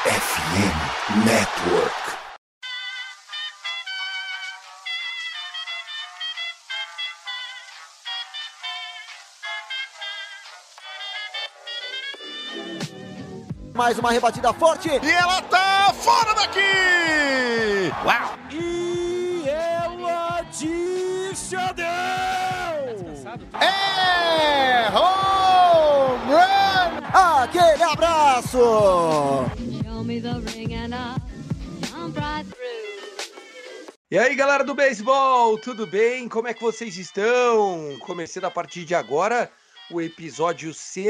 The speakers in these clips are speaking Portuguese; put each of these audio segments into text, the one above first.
FM Network. Mais uma rebatida forte. E ela tá fora daqui! Uau! E ela descendeu! É home run! Aquele abraço! E aí, galera do beisebol, tudo bem? Como é que vocês estão? Começando a partir de agora o episódio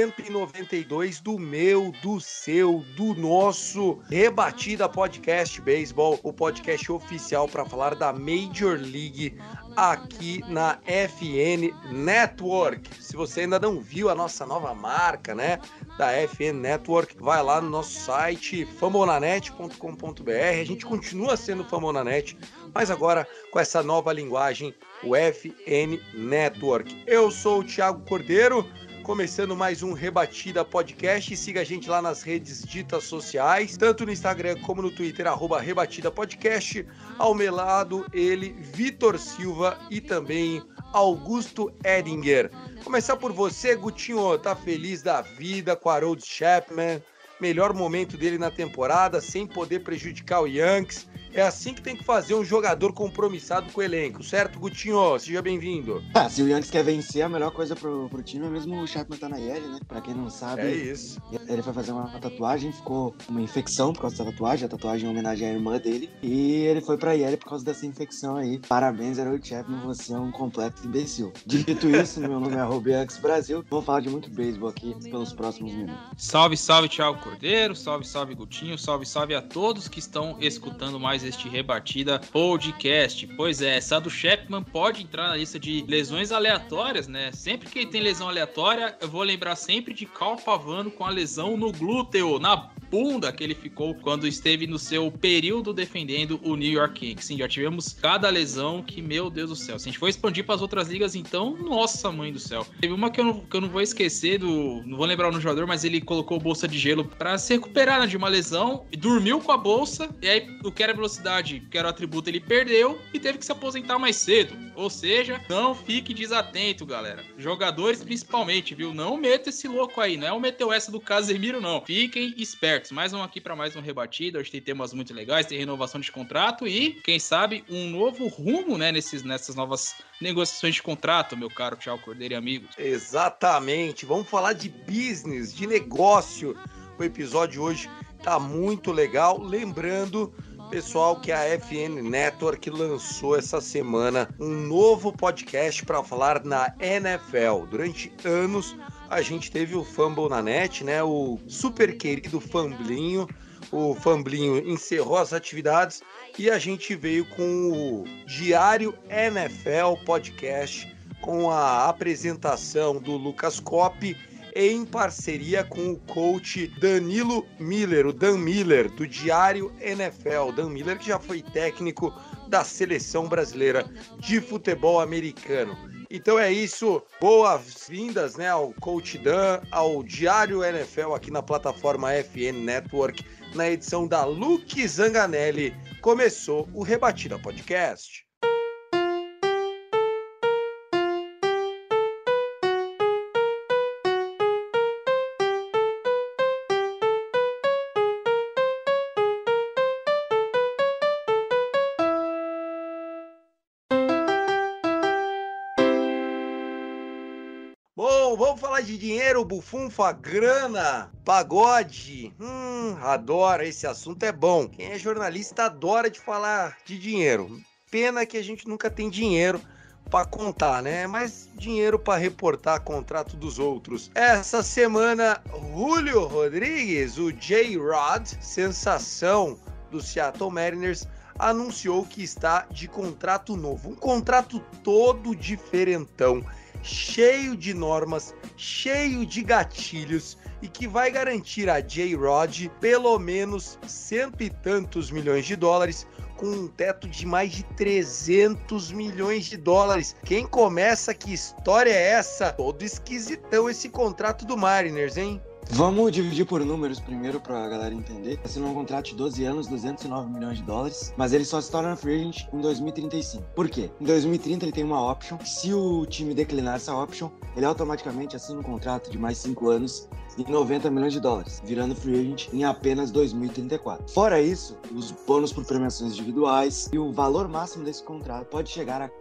192 do meu, do seu, do nosso Rebatida Podcast Baseball, o podcast oficial para falar da Major League aqui na FN Network. Se você ainda não viu a nossa nova marca, né, da FN Network, vai lá no nosso site famonanet.com.br. A gente continua sendo Famonanet, mas agora com essa nova linguagem, o FN Network. Eu sou o Thiago Cordeiro, começando mais um Rebatida Podcast. Siga a gente lá nas redes ditas sociais, tanto no Instagram como no Twitter, @Rebatida Podcast. Ao meu lado, ele, Vitor Silva, e também Augusto Edinger. Começar por você, Gutinho, tá feliz da vida com a Harold Chapman, melhor momento dele na temporada, sem poder prejudicar o Yankees. É assim que tem que fazer um jogador compromissado com o elenco, certo, Gutinho? Seja bem-vindo. Se o Yankees quer vencer, a melhor coisa pro time é mesmo o Chapman tá na IL, né? Pra quem não sabe, é isso. Ele foi fazer uma tatuagem, ficou uma infecção por causa da tatuagem, a tatuagem é em homenagem à irmã dele, e ele foi pra IL por causa dessa infecção aí. Parabéns, Harold Chapman, você é um completo imbecil. Dito isso, meu nome é Yankees Brasil, vamos falar de muito beisebol aqui pelos próximos minutos. Salve, salve, Thiago Cordeiro, salve, salve, Gutinho, salve, salve a todos que estão escutando mais este Rebatida Podcast. Pois é, essa do Chapman pode entrar na lista de lesões aleatórias, né? Sempre que tem lesão aleatória, eu vou lembrar sempre de Cal Pavano com a lesão no glúteo, na bunda que ele ficou quando esteve no seu período defendendo o New York Yankees. Sim, já tivemos cada lesão que, meu Deus do céu. Se a gente for expandir para as outras ligas, então, nossa mãe do céu. Teve uma que eu não vou esquecer não vou lembrar o nome do jogador, mas ele colocou bolsa de gelo para se recuperar, né, de uma lesão, e dormiu com a bolsa, e aí o que era velocidade, que era o atributo, ele perdeu e teve que se aposentar mais cedo. Ou seja, não fique desatento, galera. Jogadores principalmente, viu? Não meta esse louco aí, não é o meteu essa do Casemiro, não. Fiquem espertos. Mais um aqui para mais um Rebatida. Hoje tem temas muito legais, tem renovação de contrato e, quem sabe, um novo rumo, né, nessas novas negociações de contrato, meu caro Thiago Cordeiro e amigos. Exatamente. Vamos falar de business, de negócio. O episódio hoje tá muito legal. Lembrando, pessoal, que a FN Network lançou essa semana um novo podcast para falar na NFL. Durante anos a gente teve o Fumble na Net, né? O super querido Famblinho. O Famblinho encerrou as atividades e a gente veio com o Diário NFL Podcast, com a apresentação do Lucas Coppi em parceria com o coach Danilo Miller, o Dan Miller, do Diário NFL. Dan Miller, que já foi técnico da Seleção Brasileira de Futebol Americano. Então é isso, boas-vindas, né, ao Coach Dan, ao Diário NFL aqui na plataforma FN Network, na edição da Luke Zanganelli. Começou o Rebatida Podcast. Bom, vamos falar de dinheiro, bufunfa, grana, pagode. Adoro, esse assunto é bom. Quem é jornalista adora de falar de dinheiro. Pena que a gente nunca tem dinheiro para contar, né? Mas dinheiro para reportar contrato dos outros. Essa semana, Julio Rodrigues, o J-Rod, sensação do Seattle Mariners, anunciou que está de contrato novo. Um contrato todo diferentão, cheio de normas, cheio de gatilhos e que vai garantir a J-Rod pelo menos cento e tantos milhões de dólares, com um teto de mais de 300 milhões de dólares. Quem começa? Que história é essa? Todo esquisitão esse contrato do Mariners, hein? Vamos dividir por números primeiro pra galera entender. Assinou um contrato de 12 anos, 209 milhões de dólares, mas ele só se torna free agent em 2035. Por quê? Em 2030 ele tem uma option. Se o time declinar essa option, ele automaticamente assina um contrato de mais 5 anos e 90 milhões de dólares, virando free agent em apenas 2034. Fora isso, os bônus por premiações individuais e o valor máximo desse contrato pode chegar a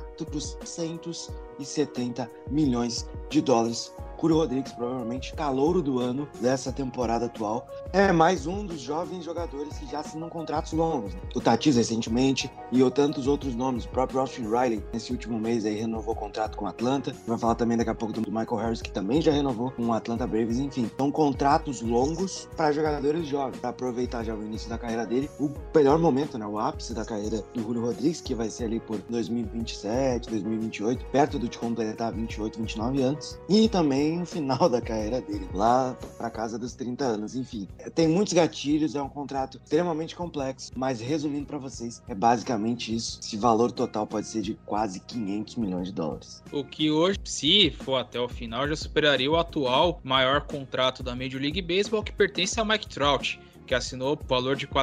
470 milhões de dólares. Julio Rodrigues, provavelmente calouro do ano dessa temporada atual, é mais um dos jovens jogadores que já assinam contratos longos, né? O Tatis recentemente e tantos outros nomes, o próprio Austin Riley nesse último mês aí renovou o contrato com o Atlanta. Vai falar também daqui a pouco do Michael Harris, que também já renovou com o Atlanta Braves. Enfim, são contratos longos para jogadores jovens, para aproveitar já o início da carreira dele, o melhor momento, né, o ápice da carreira do Julio Rodrigues, que vai ser ali por 2027, 2028, perto de completar 28, 29 anos, e também o final da carreira dele, lá para casa dos 30 anos. Enfim, tem muitos gatilhos, é um contrato extremamente complexo, mas resumindo para vocês, é basicamente isso. Esse valor total pode ser de quase 500 milhões de dólares. O que hoje, se for até o final, já superaria o atual maior contrato da Major League Baseball, que pertence a Mike Trout, que assinou o valor de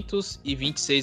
426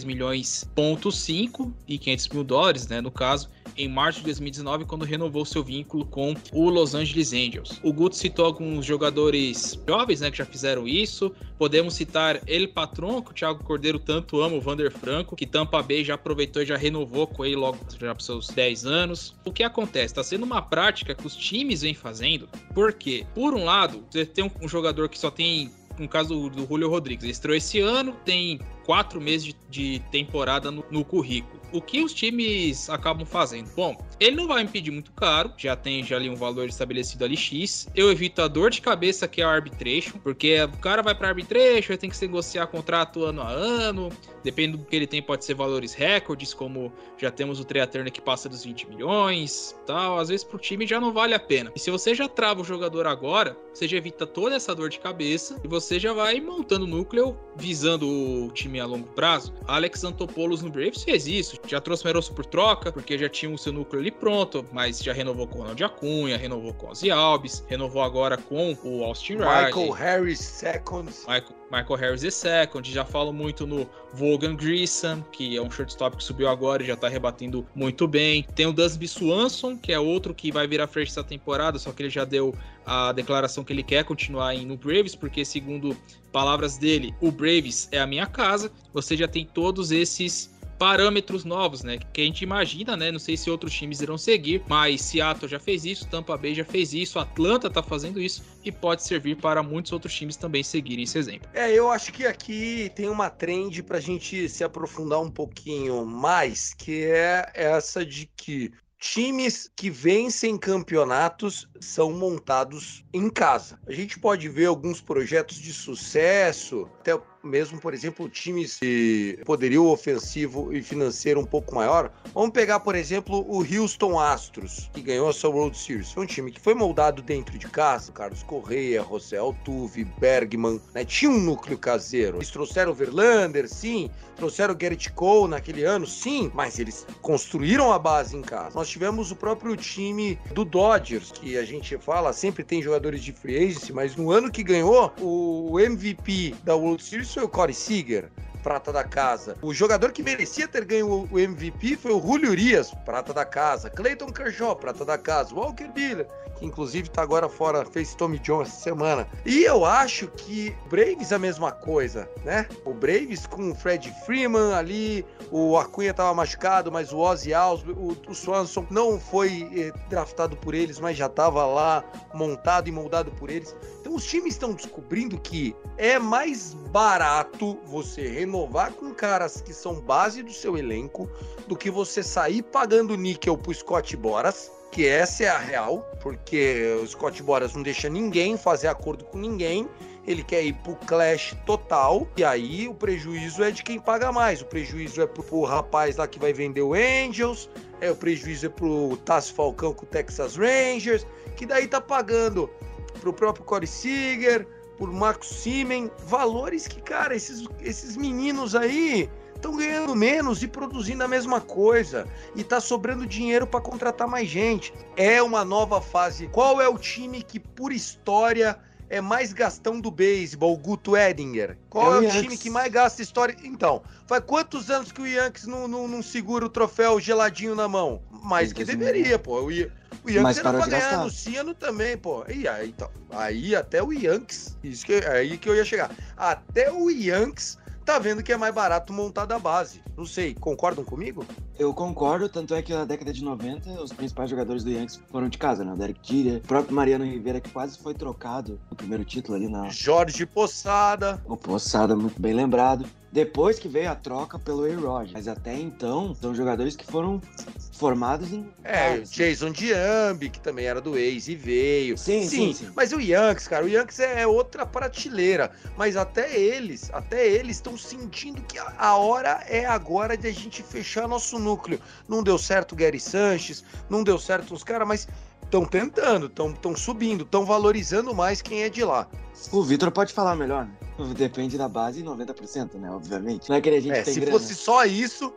milhões,5 e 500 mil dólares, né, no caso, em março de 2019, quando renovou seu vínculo com o Los Angeles Angels. O Guto citou alguns jogadores jovens, né, que já fizeram isso. Podemos citar El Patron, que o Thiago Cordeiro tanto ama, o Wander Franco, que Tampa Bay já aproveitou e já renovou com ele logo já para seus 10 anos. O que acontece? Está sendo uma prática que os times vêm fazendo, porque, por um lado, você tem um jogador que só tem, no caso do Julio Rodrigues, ele estreou esse ano, tem 4 meses de temporada no currículo. O que os times acabam fazendo? Bom, ele não vai me pedir muito caro, já tem ali um valor estabelecido ali X. Eu evito a dor de cabeça que é a arbitration, porque o cara vai para arbitration, ele tem que se negociar contrato ano a ano, depende do que ele tem, pode ser valores recordes, como já temos o Trea Turner que passa dos 20 milhões, tal. Às vezes pro time já não vale a pena. E se você já trava o jogador agora, você já evita toda essa dor de cabeça e você já vai montando o núcleo visando o time a longo prazo. Alex Antopoulos no Braves fez isso, já trouxe o Meroso por troca, porque já tinha o seu núcleo ali pronto, mas já renovou com o Ronald Acunha, renovou com o Ozzy Alves, renovou agora com o Austin Riley. Michael Harris second. Michael Harris é second, já falo muito no Vaughan Grissom, que é um shortstop que subiu agora e já tá rebatendo muito bem. Tem o Dansby Swanson, que é outro que vai virar frente essa temporada, só que ele já deu a declaração que ele quer continuar no Braves, porque segundo palavras dele, o Braves é a minha casa. Você já tem todos esses parâmetros novos, né, que a gente imagina, né, não sei se outros times irão seguir, mas Seattle já fez isso, Tampa Bay já fez isso, Atlanta tá fazendo isso e pode servir para muitos outros times também seguirem esse exemplo. Eu acho que aqui tem uma trend pra gente se aprofundar um pouquinho mais, que é essa de que times que vencem campeonatos são montados em casa. A gente pode ver alguns projetos de sucesso, até mesmo, por exemplo, times de poderio ofensivo e financeiro um pouco maior. Vamos pegar, por exemplo, o Houston Astros, que ganhou a sua World Series. Foi um time que foi moldado dentro de casa. Carlos Correa, José Altuve, Bergman, né? Tinha um núcleo caseiro. Eles trouxeram o Verlander, sim. Trouxeram o Gerrit Cole naquele ano, sim. Mas eles construíram a base em casa. Nós tivemos o próprio time do Dodgers, que a gente fala, sempre tem jogadores de free agency, mas no ano que ganhou, o MVP da World Series foi o Corey Seager, prata da casa. O jogador que merecia ter ganho o MVP foi o Julio Urias, prata da casa. Clayton Kershaw, prata da casa. Walker Buehler, que inclusive tá agora fora, fez Tommy John essa semana. E eu acho que o Braves é a mesma coisa, né? O Braves com o Fred Freeman ali, o Acunha tava machucado, mas o Ozzy Alves, o Swanson não foi draftado por eles, mas já tava lá montado e moldado por eles. Então os times estão descobrindo que é mais barato você renovar com caras que são base do seu elenco do que você sair pagando níquel pro Scott Boras, que essa é a real, porque o Scott Boras não deixa ninguém fazer acordo com ninguém, ele quer ir pro clash total, e aí o prejuízo é de quem paga mais, o prejuízo é pro rapaz lá que vai vender o Angels, o prejuízo é pro Tassi Falcão com o Texas Rangers, que daí tá pagando pro próprio Corey Seager, por Marcus Semien, valores que, cara, esses meninos aí estão ganhando menos e produzindo a mesma coisa, e tá sobrando dinheiro para contratar mais gente. É uma nova fase. Qual é o time que, por história, é mais gastão do beisebol, Guto Edinger? Qual é o time que mais gasta história? Então, faz quantos anos que o Yankees não segura o troféu geladinho na mão? Mais que deveria, pô. O Yankees era pra ganhar no Ciano também, pô. E aí, então, aí até o Yankees, aí que eu ia chegar. Até o Yankees tá vendo que é mais barato montar da base. Não sei, concordam comigo? Eu concordo, tanto é que na década de 90, os principais jogadores do Yankees foram de casa, né? O Derek Jeter, o próprio Mariano Rivera, que quase foi trocado no primeiro título ali na... Jorge Poçada. O Poçada, muito bem lembrado. Depois que veio a troca pelo A-Rod. Mas até então, são jogadores que foram formados em... Jason Giambi, que também era do A's e veio. Sim. Mas o Yankees, cara, o Yankees é outra prateleira. Mas até eles estão sentindo que a hora é agora de a gente fechar nosso núcleo. Não deu certo o Gary Sanchez, não deu certo os caras, mas estão tentando, estão subindo, estão valorizando mais quem é de lá. O Vitor pode falar melhor, né? Depende da base 90%, né? Obviamente. Não é que a gente tem se grana. fosse só isso,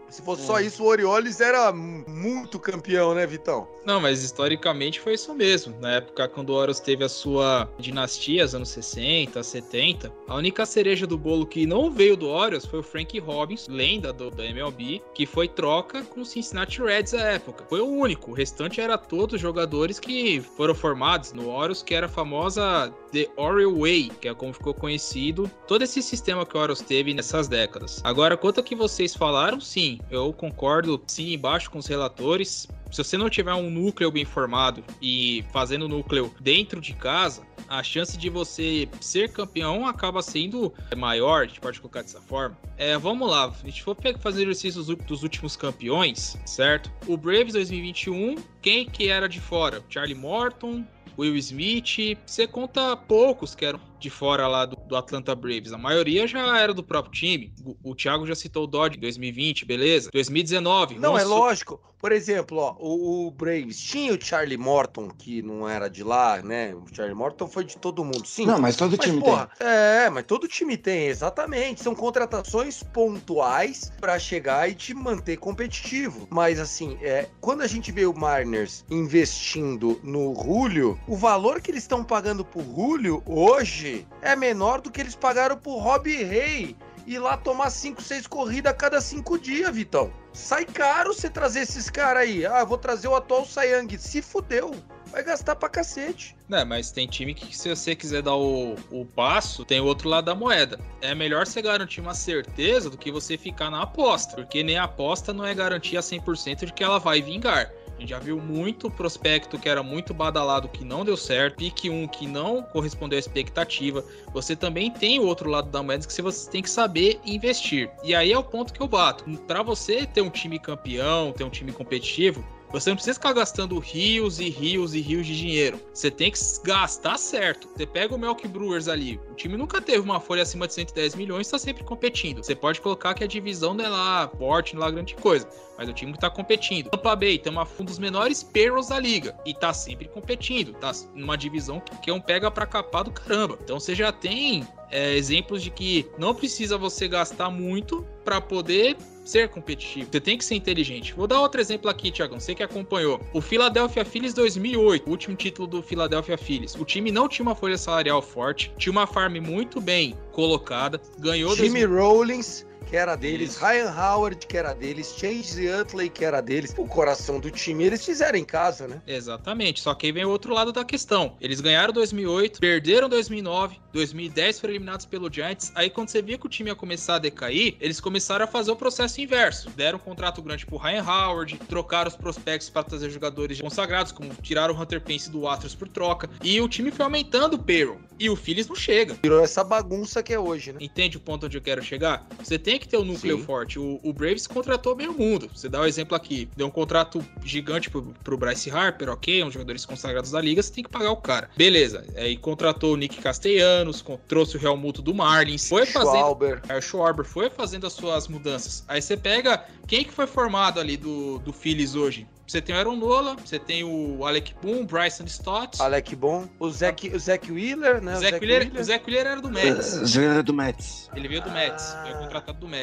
o Orioles era muito campeão, né, Vitão? Não, mas historicamente foi isso mesmo. Na época, quando o Orioles teve a sua dinastia, os anos 60, 70, a única cereja do bolo que não veio do Orioles foi o Frank Robbins, lenda da MLB, que foi troca com o Cincinnati Reds à época. Foi o único. O restante era todos jogadores que foram formados no Orioles, que era a famosa The Oriole Way, que é como ficou conhecido todo esse sistema que o Orioles teve nessas décadas. Agora, quanto ao que vocês falaram, sim, eu concordo, sim, embaixo com os relatores. Se você não tiver um núcleo bem formado e fazendo o núcleo dentro de casa, a chance de você ser campeão acaba sendo maior, a gente pode colocar dessa forma. Vamos lá, a gente for fazer exercícios dos últimos campeões, certo? O Braves 2021, quem que era de fora? Charlie Morton, Will Smith, você conta poucos que eram de fora lá do Atlanta Braves. A maioria já era do próprio time. O Thiago já citou o Dodge em 2020, beleza? 2019. Não, é lógico. Por exemplo, ó, o Braves tinha o Charlie Morton, que não era de lá, né? O Charlie Morton foi de todo mundo, sim. Não, mas todo time tem. Mas todo time tem, exatamente. São contratações pontuais pra chegar e te manter competitivo. Mas, assim, quando a gente vê o Mariners investindo no Julio, o valor que eles estão pagando pro Julio hoje é menor do que eles pagaram pro Robbie Ray ir lá tomar 5, 6 corridas a cada 5 dias, Vitão. Sai caro você trazer esses caras aí. Eu vou trazer o atual Cy Young. Se fudeu. Vai gastar pra cacete. Mas tem time que, se você quiser dar o passo, tem o outro lado da moeda. É melhor você garantir uma certeza do que você ficar na aposta. Porque nem a aposta não é garantia 100% de que ela vai vingar. A gente já viu muito prospecto que era muito badalado que não deu certo, pique 1 que não correspondeu à expectativa. Você também tem o outro lado da moeda que você tem que saber investir. E aí é o ponto que eu bato. Para você ter um time campeão, ter um time competitivo, você não precisa ficar gastando rios e rios e rios de dinheiro. Você tem que gastar certo. Você pega o Milwaukee Brewers ali. O time nunca teve uma folha acima de 110 milhões e está sempre competindo. Você pode colocar que a divisão não é lá forte, não é lá grande coisa. Mas o time que tá competindo. Tampa Bay tem um dos menores payrolls da liga. E tá sempre competindo. Tá numa divisão que é um pega pra capar do caramba. Então você já tem exemplos de que não precisa você gastar muito para poder ser competitivo. Você tem que ser inteligente. Vou dar outro exemplo aqui, Thiagão. Você que acompanhou. O Philadelphia Phillies 2008, o último título do Philadelphia Phillies. O time não tinha uma folha salarial forte, tinha uma farm muito bem colocada, ganhou... Jimmy Rollins, que era deles, isso. Ryan Howard, que era deles, Chase Utley, que era deles. O coração do time eles fizeram em casa, né? Exatamente, só que aí vem o outro lado da questão. Eles ganharam 2008, perderam 2009, 2010 foram eliminados pelo Giants. Aí quando você via que o time ia começar a decair, eles começaram a fazer o processo inverso. Deram um contrato grande pro Ryan Howard, trocaram os prospectos para trazer jogadores consagrados, como tiraram o Hunter Pence do Astros por troca. E o time foi aumentando o payroll. E o Phillies não chega. Virou essa bagunça que é hoje, né? Entende o ponto onde eu quero chegar? Você tem que ter um núcleo Sim. forte. O Braves contratou meio mundo. Você dá o exemplo aqui. Deu um contrato gigante pro Bryce Harper, ok? Um dos jogadores consagrados da liga, você tem que pagar o cara. Beleza. Aí contratou o Nick Castellanos, trouxe o Real Muto do Marlins. Foi fazendo... O Schwarber foi fazendo as suas mudanças. Aí você pega... Quem que foi formado ali do Phillies hoje? Você tem o Aaron Nola, você tem o Alec Bohm, Bryson Stott. Alec Bohm, o Zach Wheeler, né? O Zach Wheeler era do Mets. Ele era do Mets. Ele veio do Mets, veio contratado do Mets.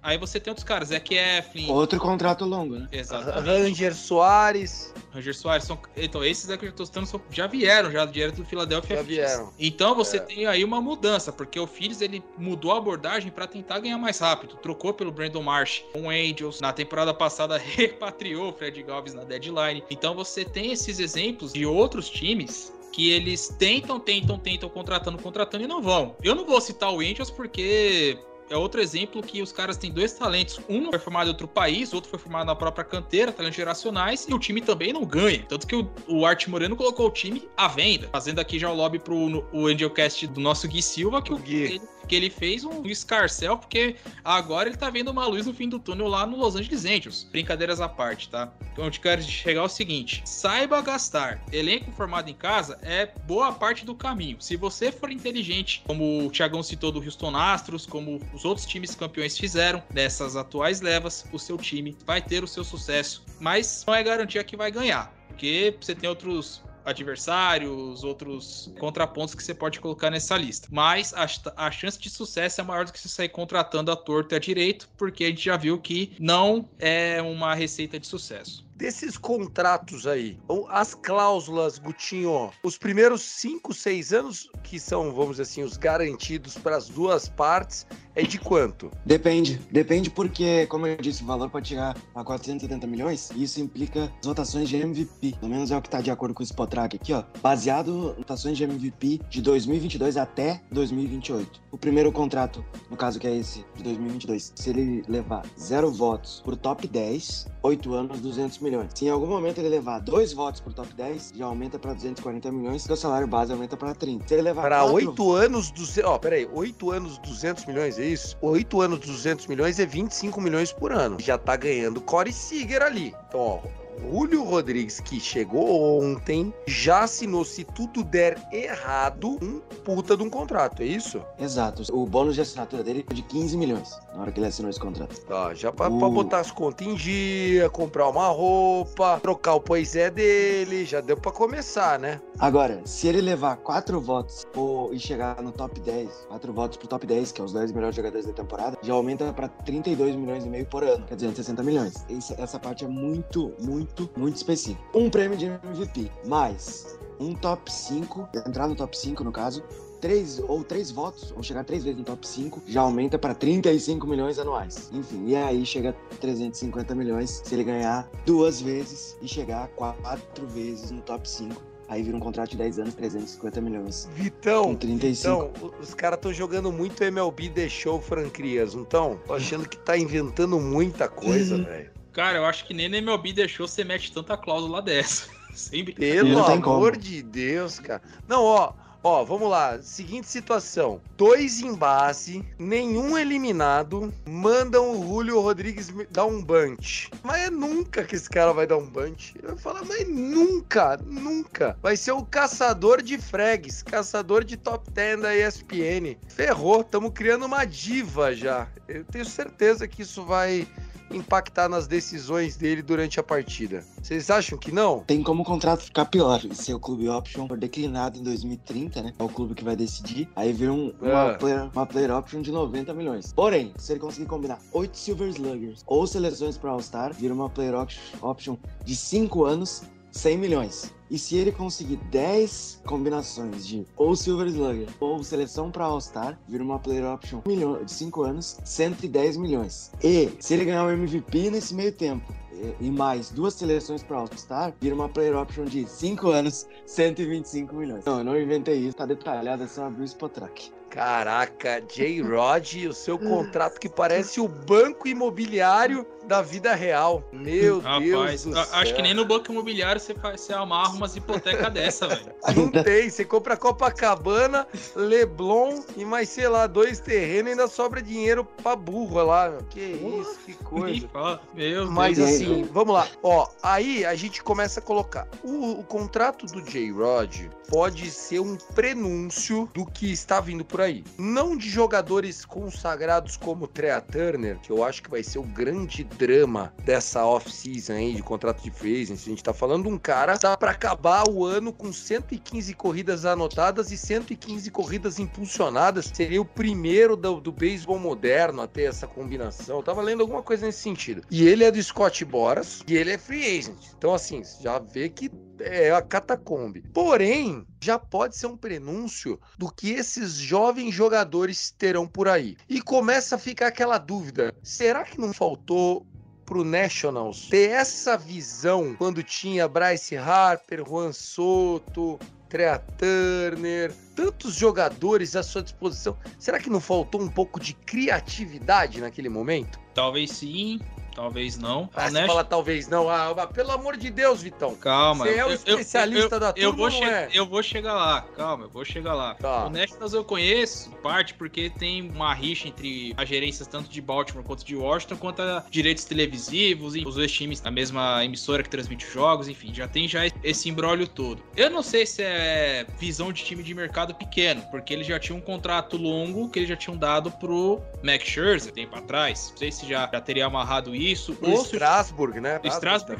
Aí você tem outros caras, Zac Eflin. Outro contrato longo, né? Exatamente. Ranger Soares. Ranger Soares. Então, esses aqui que eu tô citando já vieram, já direto do Philadelphia Já Phillies. vieram. Então você tem aí uma mudança, porque o Phillies ele mudou a abordagem para tentar ganhar mais rápido. Trocou pelo Brandon Marsh com o Angels. Na temporada passada repatriou o Fred Galvis na deadline. Então você tem esses exemplos de outros times que eles tentam contratando e não vão. Eu não vou citar o Angels porque é outro exemplo que os caras têm dois talentos. Um foi formado em outro país, outro foi formado na própria canteira, talentos geracionais, e o time também não ganha. Tanto que o Art Moreno colocou o time à venda. Fazendo aqui já o lobby pro o Angelcast do nosso Gui Silva, que ele fez um escarcel, porque agora ele tá vendo uma luz no fim do túnel lá no Los Angeles Angels. Brincadeiras à parte, tá? Então eu te quero chegar ao seguinte: saiba gastar. Elenco formado em casa é boa parte do caminho. Se você for inteligente, como o Thiagão citou do Houston Astros, como os outros times campeões fizeram nessas atuais levas, o seu time vai ter o seu sucesso, mas não é garantia que vai ganhar, porque você tem outros adversários, outros contrapontos que você pode colocar nessa lista. Mas a chance de sucesso é maior do que você sair contratando à torta e à direito, porque a gente já viu que não é uma receita de sucesso. Desses contratos aí, as cláusulas, Gutinho, os primeiros 5, 6 anos, que são, vamos dizer assim, os garantidos para as duas partes, é de quanto? Depende porque, como eu disse, o valor pode chegar a 470 milhões e isso implica as votações de MVP. Pelo menos é o que está de acordo com o Spotrac aqui, ó. Baseado em votações de MVP de 2022 até 2028. O primeiro contrato, no caso que é esse, de 2022, se ele levar 0 votos pro top 10, 8 anos, 200 milhões. Se em algum momento ele levar 2 votos pro top 10, já aumenta para 240 milhões, porque o salário base aumenta para 30. Se ele levar para 8 anos, 8 anos, 200 milhões, é isso? 8 anos, 200 milhões é 25 milhões por ano. Já tá ganhando Corey Seager ali. Então, ó, Julio Rodrigues, que chegou ontem, já assinou, se tudo der errado, um puta de um contrato, é isso? Exato. O bônus de assinatura dele é de 15 milhões, na hora que ele assinou esse contrato. Tá, já pra botar as contas em dia, comprar uma roupa, trocar o poisé dele, já deu pra começar, né? Agora, se ele levar 4 votos e chegar no top 10, 4 votos pro top 10, que é os 10 melhores jogadores da temporada, já aumenta pra 32 milhões e meio por ano, quer dizer, 60 milhões. Essa parte é muito específica. Um prêmio de MVP, mais um top 5, entrar no top 5 no caso, 3 votos, ou chegar 3 vezes no top 5, já aumenta para 35 milhões anuais. Enfim, e aí chega a 350 milhões se ele ganhar 2 vezes e chegar a 4 vezes no top 5. Aí vira um contrato de 10 anos, 350 milhões. Vitão, com 35. Vitão, os caras estão jogando muito MLB The Show franquias, não estão? Tô achando que tá inventando muita coisa, velho. Cara, eu acho que nem na MLB deixou você mete tanta cláusula dessa. Sempre. Pelo amor de Deus, cara. Não, ó, vamos lá. Seguinte situação. 2 em base, nenhum eliminado, mandam o Julio Rodrigues dar um bunch. Mas é nunca que esse cara vai dar um bunch. Eu vou falar, mas nunca. Vai ser o caçador de frags, caçador de top 10 da ESPN. Ferrou, tamo criando uma diva já. Eu tenho certeza que isso vai impactar nas decisões dele durante a partida. Vocês acham que não? Tem como o contrato ficar pior. E se o clube option for declinado em 2030, né? É o clube que vai decidir. Aí vira uma player option de 90 milhões. Porém, se ele conseguir combinar 8 Silver Sluggers ou seleções para All-Star, vira uma player option de 5 anos, 100 milhões. E se ele conseguir 10 combinações de ou Silver Slugger ou seleção para All-Star, vira uma player option de 5 anos, 110 milhões. E se ele ganhar o MVP nesse meio tempo e mais 2 seleções para All-Star, vira uma player option de 5 anos, 125 milhões. Não, eu não inventei isso, tá detalhado, é só abrir o Spotrac. Caraca, J-Rod, o seu contrato que parece o banco imobiliário da vida real. Meu Deus do céu. Acho que nem no banco imobiliário você amarra umas hipotecas dessa, velho. Não tem, você compra Copacabana, Leblon e mais, sei lá, 2 terrenos e ainda sobra dinheiro pra burro lá. Que isso, que coisa. Meu Mas Deus. assim, vamos lá. Ó, aí a gente começa a colocar. O contrato do J-Rod pode ser um prenúncio do que está vindo por aí. Não de jogadores consagrados como Trea Turner, que eu acho que vai ser o grande drama dessa off-season aí de contrato de free agency. A gente tá falando de um cara que tá pra acabar o ano com 115 corridas anotadas e 115 corridas impulsionadas. Seria o primeiro do beisebol moderno a ter essa combinação. Eu tava lendo alguma coisa nesse sentido. E ele é do Scott Boras e ele é free agent. Então, assim, já vê que é a catacombe. Porém, já pode ser um prenúncio do que esses jovens jogadores terão por aí. E começa a ficar aquela dúvida: será que não faltou pro Nationals ter essa visão quando tinha Bryce Harper, Juan Soto, Trea Turner, tantos jogadores à sua disposição? Será que não faltou um pouco de criatividade naquele momento? Talvez sim, talvez não. Você fala talvez não. Pelo amor de Deus, Vitão. Calma. Você é o especialista da turma, não é? Eu vou chegar lá. Calma, eu vou chegar lá. Tá. O Nationals eu conheço, parte porque tem uma rixa entre as gerências tanto de Baltimore quanto de Washington, quanto a direitos televisivos, e os dois times na mesma emissora que transmite os jogos, enfim, já tem esse imbróglio todo. Eu não sei se é visão de time de mercado pequeno, porque eles já tinham um contrato longo que eles já tinham dado pro Max Scherzer tempo atrás. Não sei se já teria amarrado isso. O Strasburg, né? O Strasburg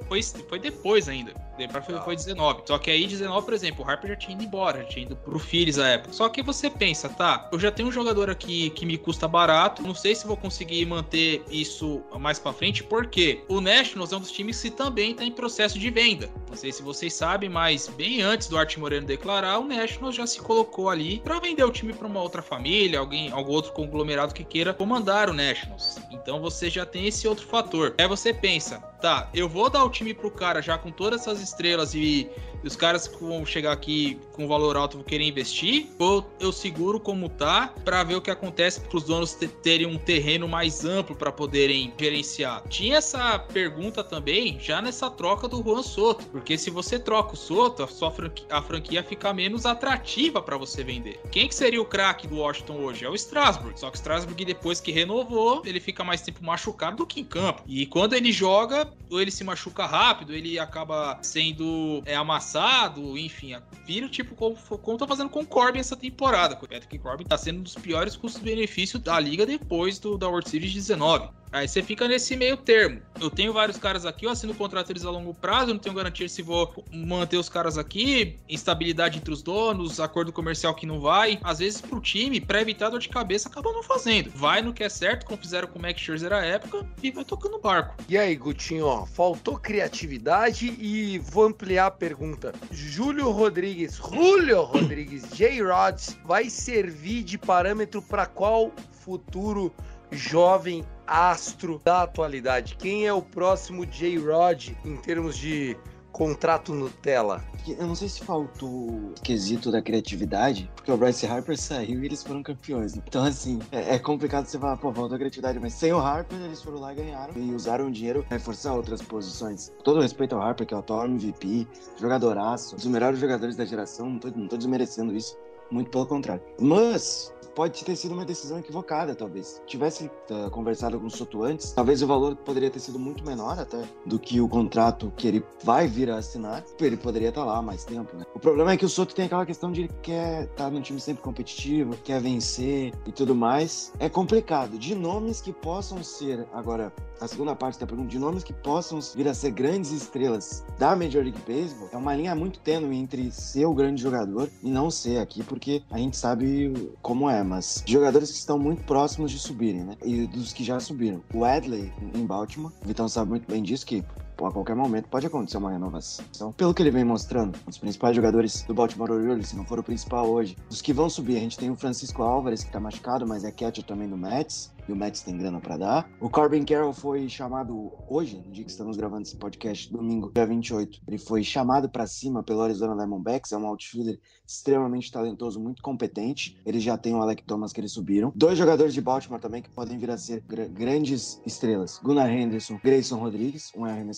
foi depois ainda. Foi 19. Só que aí 19, por exemplo, o Harper já tinha ido embora, já tinha ido pro Phillies na época. Só que você pensa, tá, eu já tenho um jogador aqui que me custa barato, não sei se vou conseguir manter isso mais pra frente, porque o Nationals é um dos times que também tá em processo de venda. Não sei se vocês sabem, mas bem antes do Arte Moreno declarar, o Nationals já se colocou ali pra vender o time pra uma outra família, algum outro conglomerado que queira comandar o Nationals. Então você já tem esse outro fator. Aí você pensa, tá, eu vou dar o time pro cara já com todas essas estrelas e os caras que vão chegar aqui com valor alto vão querer investir, ou eu seguro como tá pra ver o que acontece para os donos terem um terreno mais amplo para poderem gerenciar. Tinha essa pergunta também já nessa troca do Juan Soto, porque se você troca o Soto, a franquia fica menos atrativa para você vender. Quem que seria o craque do Washington hoje? É o Strasburg. Só que o Strasburg, depois que renovou, ele fica mais tempo machucado do que em campo. E quando ele joga, ou ele se machuca rápido, ele acaba sendo amassado, enfim, vira tipo como tá fazendo com o Corbin essa temporada. O Patrick Corbin tá sendo um dos piores custos-benefícios da liga depois da World Series 19. Aí você fica nesse meio termo. Eu tenho vários caras aqui, eu assino o contrato deles a longo prazo, eu não tenho garantia se vou manter os caras aqui, instabilidade entre os donos, acordo comercial que não vai. Às vezes pro time, pra evitar dor de cabeça, acaba não fazendo. Vai no que é certo, como fizeram com o Max Scherzer à época, e vai tocando o barco. E aí, Gutinho, ó, faltou criatividade e vou ampliar a pergunta. Julio Rodrigues, J-Rod, vai servir de parâmetro para qual futuro jovem astro da atualidade? Quem é o próximo J-Rod em termos de contrato Nutella? Eu não sei se faltou o quesito da criatividade, porque o Bryce Harper saiu e eles foram campeões. Então, assim, é complicado você falar, pô, faltou a criatividade, mas sem o Harper, eles foram lá e ganharam e usaram o dinheiro pra reforçar outras posições. Todo respeito ao Harper, que é o atual MVP, jogadoraço, um dos melhores jogadores da geração, não tô desmerecendo isso, muito pelo contrário. Mas pode ter sido uma decisão equivocada, talvez. Se tivesse conversado com o Soto antes, talvez o valor poderia ter sido muito menor até do que o contrato que ele vai vir a assinar. Ele poderia estar lá há mais tempo, né? O problema é que o Soto tem aquela questão de ele quer estar num time sempre competitivo, quer vencer e tudo mais. É complicado. De nomes que possam ser, agora, a segunda parte da pergunta, de nomes que possam vir a ser grandes estrelas da Major League Baseball, é uma linha muito tênue entre ser o grande jogador e não ser aqui, porque a gente sabe como é, mas jogadores que estão muito próximos de subirem, né? E dos que já subiram. O Adley, em Baltimore, o Vitão sabe muito bem disso, que a qualquer momento pode acontecer uma renovação. Pelo que ele vem mostrando, um dos principais jogadores do Baltimore Orioles, se não for o principal hoje, os que vão subir, a gente tem o Francisco Álvares, que tá machucado, mas é catcher também do Mets, e o Mets tem grana pra dar. O Corbin Carroll foi chamado hoje, no dia que estamos gravando esse podcast, domingo, dia 28, ele foi chamado pra cima pelo Arizona Diamondbacks, é um outfielder extremamente talentoso, muito competente. Ele já tem o Alec Thomas que eles subiram. 2 jogadores de Baltimore também que podem vir a ser grandes estrelas. Gunnar Henderson, Grayson Rodrigues, um é arremessador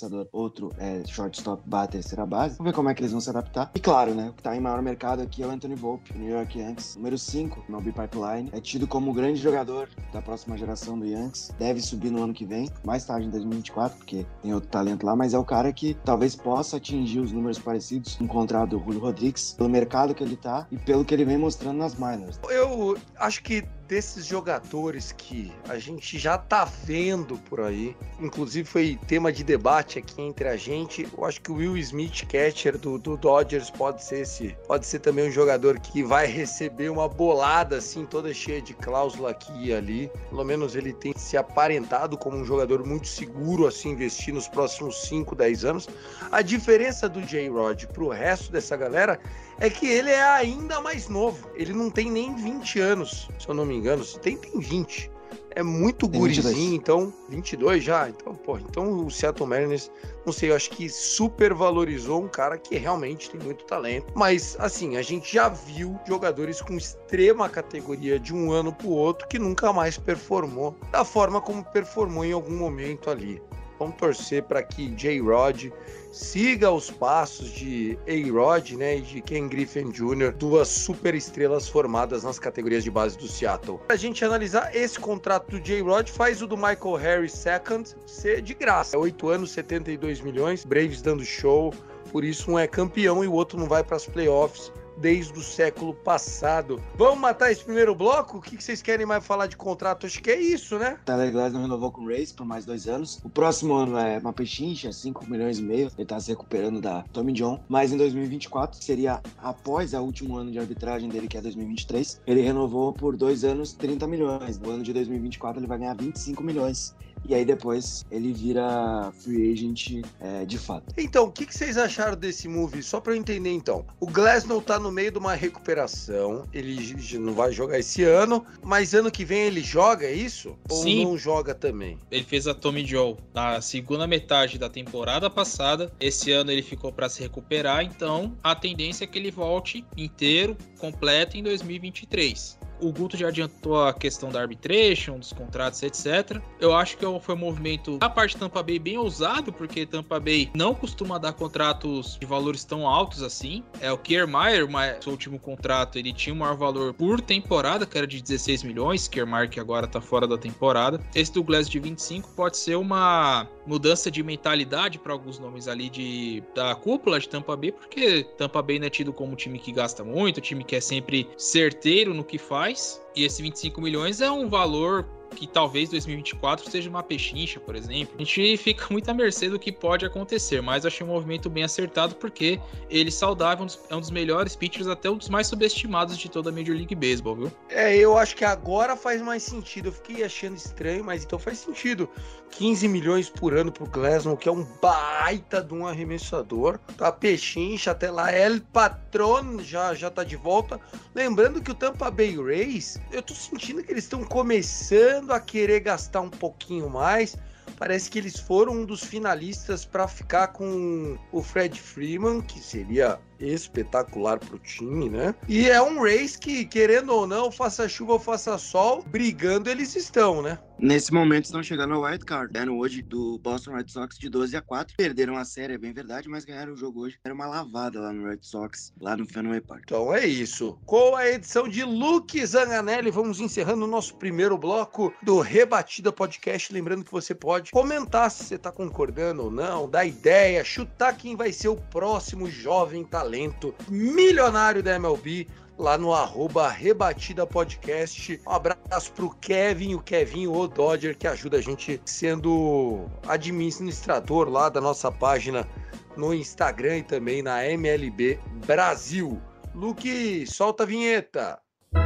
arremessador, outro é shortstop, bate terceira base. Vamos ver como é que eles vão se adaptar. E claro, né, o que tá em maior mercado aqui é o Anthony Volpe, New York Yankees, número 5, MLB Pipeline. É tido como o grande jogador da próxima geração do Yankees. Deve subir no ano que vem, mais tarde em 2024, porque tem outro talento lá, mas é o cara que talvez possa atingir os números parecidos com o contrato do Julio Rodrigues, pelo mercado que ele tá e pelo que ele vem mostrando nas minors. Eu acho que desses jogadores que a gente já tá vendo por aí, inclusive foi tema de debate aqui entre a gente, eu acho que o Will Smith, catcher do Dodgers, pode ser também um jogador que vai receber uma bolada assim, toda cheia de cláusula aqui e ali. Pelo menos ele tem se aparentado como um jogador muito seguro assim, investir nos próximos 5, 10 anos. A diferença do J-Rod pro resto dessa galera é que ele é ainda mais novo. Ele não tem nem 20 anos, se eu não me engano. Se tem 20. É muito gurizinho, então... 22 já? Então o Seattle Mariners, não sei, eu acho que supervalorizou um cara que realmente tem muito talento. Mas, assim, a gente já viu jogadores com extrema categoria de um ano pro outro que nunca mais performou da forma como performou em algum momento ali. Vamos torcer para que J-Rod siga os passos de A-Rod, né, e de Ken Griffey Jr., duas super estrelas formadas nas categorias de base do Seattle. Pra gente analisar esse contrato do J-Rod, faz o do Michael Harris II ser de graça. 8 anos, 72 milhões, Braves dando show, por isso um é campeão e o outro não vai para as playoffs desde o século passado. Vamos matar esse primeiro bloco? O que vocês querem mais falar de contrato? Acho que é isso, né? Tyler Glasnow renovou com o Rays por mais 2 anos. O próximo ano é uma pechincha, 5 milhões e meio. Ele tá se recuperando da Tommy John. Mas em 2024, que seria após o último ano de arbitragem dele, que é 2023, ele renovou por 2 anos 30 milhões. No ano de 2024, ele vai ganhar 25 milhões. E aí depois ele vira free agent de fato. Então, o que vocês acharam desse move? Só pra eu entender então. O Glasnow tá no meio de uma recuperação. Ele não vai jogar esse ano, mas ano que vem ele joga, é isso? Ou Sim. Não joga também? Ele fez a Tommy John na segunda metade da temporada passada. Esse ano ele ficou para se recuperar, então a tendência é que ele volte inteiro, completo em 2023. O Guto já adiantou a questão da arbitration, dos contratos, etc. Eu acho que foi um movimento da parte de Tampa Bay bem ousado, porque Tampa Bay não costuma dar contratos de valores tão altos assim. O Kiermaier, seu último contrato, ele tinha um maior valor por temporada, que era de 16 milhões. Kiermaier, que agora tá fora da temporada. Esse do Glass de 25 pode ser uma mudança de mentalidade para alguns nomes ali da cúpula de Tampa Bay, porque Tampa Bay não é tido como um time que gasta muito, time que é sempre certeiro no que faz. E esse 25 milhões é um valor que talvez 2024 seja uma pechincha, por exemplo. A gente fica muito à mercê do que pode acontecer, mas achei um movimento bem acertado porque ele saudável é um dos melhores pitchers, até um dos mais subestimados de toda a Major League Baseball, viu? Eu acho que agora faz mais sentido. Eu fiquei achando estranho, mas então faz sentido. 15 milhões por ano pro Glasnow, que é um baita de um arremessador. Tá pechincha até lá. El Patron já tá de volta. Lembrando que o Tampa Bay Rays, eu tô sentindo que eles estão começando a querer gastar um pouquinho mais. Parece que eles foram um dos finalistas para ficar com o Fred Freeman, que seria espetacular pro time, né? E é um Rays que, querendo ou não, faça chuva ou faça sol, brigando eles estão, né? Nesse momento estão chegando ao wild card. Ganharam hoje do Boston Red Sox de 12-4. Perderam a série, é bem verdade, mas ganharam o jogo hoje. Era uma lavada lá no Red Sox, lá no Fenway Park. Então é isso. Com a edição de Luke Zanganelli, vamos encerrando o nosso primeiro bloco do Rebatida Podcast. Lembrando que você pode comentar se você tá concordando ou não, dar ideia, chutar quem vai ser o próximo jovem talento milionário da MLB, lá no @Rebatida Podcast. Um abraço pro Kevin, o Dodger, que ajuda a gente sendo administrador lá da nossa página no Instagram e também na MLB Brasil. Luke, solta a vinheta.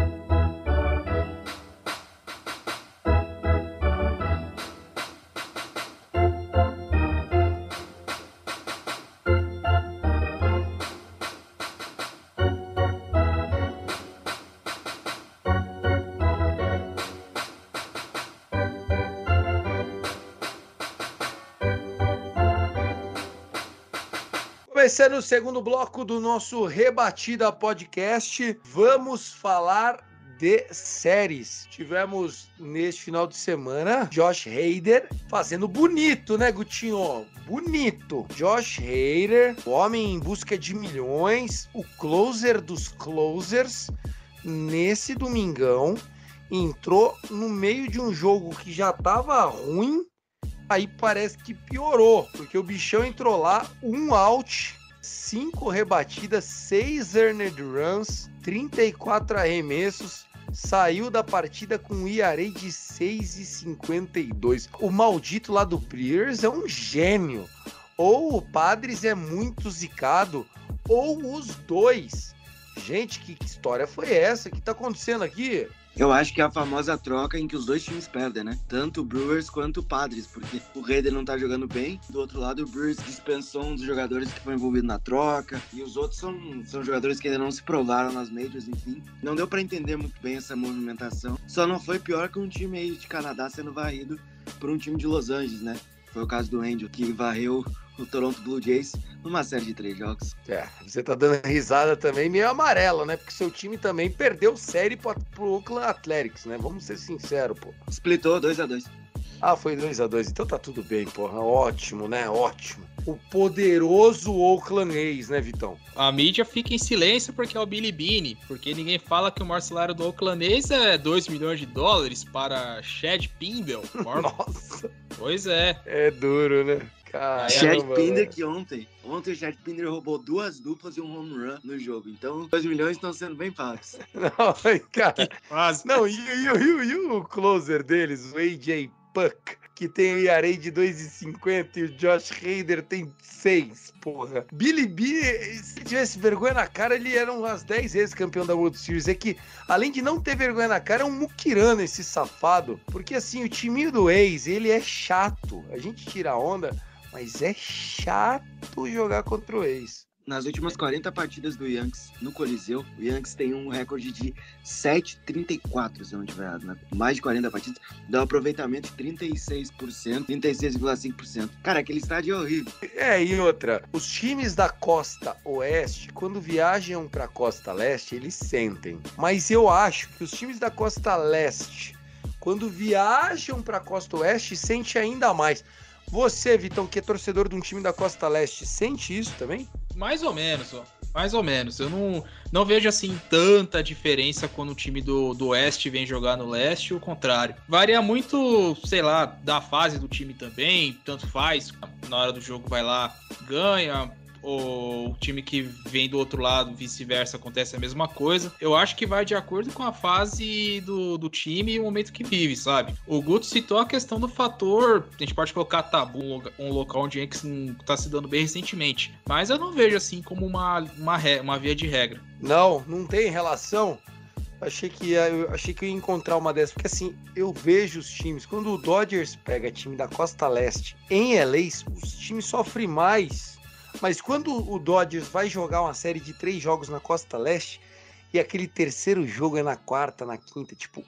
Começando o segundo bloco do nosso Rebatida Podcast, vamos falar de séries. Tivemos neste final de semana Josh Hader fazendo bonito, né, Gutinho? Bonito. Josh Hader, o homem em busca de milhões, o closer dos closers, nesse domingão, entrou no meio de um jogo que já tava ruim, aí parece que piorou, porque o bichão entrou lá, 1 out, 5 rebatidas, 6 earned runs, 34 arremessos, saiu da partida com um ERA de 6,52. O maldito lá do Brewers é um gênio. Ou o Padres é muito zicado, ou os dois. Gente, que história foi essa? O que tá acontecendo aqui? Eu acho que é a famosa troca em que os dois times perdem, né? Tanto o Brewers quanto o Padres, porque o Hader não tá jogando bem. Do outro lado, o Brewers dispensou um dos jogadores que foi envolvido na troca. E os outros são jogadores que ainda não se provaram nas Majors, enfim. Não deu pra entender muito bem essa movimentação. Só não foi pior que um time aí de Canadá sendo varrido por um time de Los Angeles, né? Foi o caso do Angel, que varreu o Toronto Blue Jays numa série de 3 jogos. Você tá dando risada também, meio amarela, né? Porque seu time também perdeu série pro Oakland Athletics, né? Vamos ser sinceros, pô. Splitou 2-2. Ah, foi 2-2, então tá tudo bem, porra. Ótimo, né? Ótimo. O poderoso Oakland A's, né, Vitão? A mídia fica em silêncio porque é o Billy Beane, porque ninguém fala que o maior salário do Oakland A's é $2 milhões para Chad Pindle. Nossa. Pois é. É duro, né? Caramba, Chad Pinder que ontem o Chad Pinder roubou 2 duplas e um home run no jogo. Então, 2 milhões estão sendo bem pagos. Não, cara. Quase. Não, e o closer deles, o AJ Puck, que tem o ERA de 2,50 e o Josh Hader tem 6, porra. Billy B, se tivesse vergonha na cara, ele era umas 10 vezes campeão da World Series. É que, além de não ter vergonha na cara, é um muquirano esse safado. Porque, assim, o timinho do A's, ele é chato. A gente tira a onda, mas é chato jogar contra o A's. Nas últimas 40 partidas do Yankees no Coliseu, o Yankees tem um recorde de 7,34, se eu não estiver errado, né? Mais de 40 partidas, dá um aproveitamento de 36%, 36,5%. Cara, aquele estádio é horrível. E outra, os times da costa oeste, quando viajam pra costa leste, eles sentem. Mas eu acho que os times da costa leste, quando viajam pra costa oeste, sente ainda mais. Você, Vitão, que é torcedor de um time da costa leste, sente isso também? Mais ou menos, ó. Mais ou menos. Eu não vejo, assim, tanta diferença quando o time do oeste vem jogar no leste e o contrário. Varia muito, sei lá, da fase do time também, tanto faz. Na hora do jogo vai lá, ganha, ou o time que vem do outro lado, vice-versa, acontece a mesma coisa. Eu acho que vai de acordo com a fase do time e o momento que vive, sabe? O Guto citou a questão do fator, a gente pode colocar tabu, um local onde o Yankees não tá se dando bem recentemente, mas eu não vejo assim como uma via de regra. Não tem relação? Eu achei que eu ia encontrar uma dessas, porque assim, eu vejo os times, quando o Dodgers pega time da costa leste em LA, os times sofrem mais. Mas quando o Dodgers vai jogar uma série de 3 jogos na costa leste e aquele terceiro jogo é na quarta, na quinta, tipo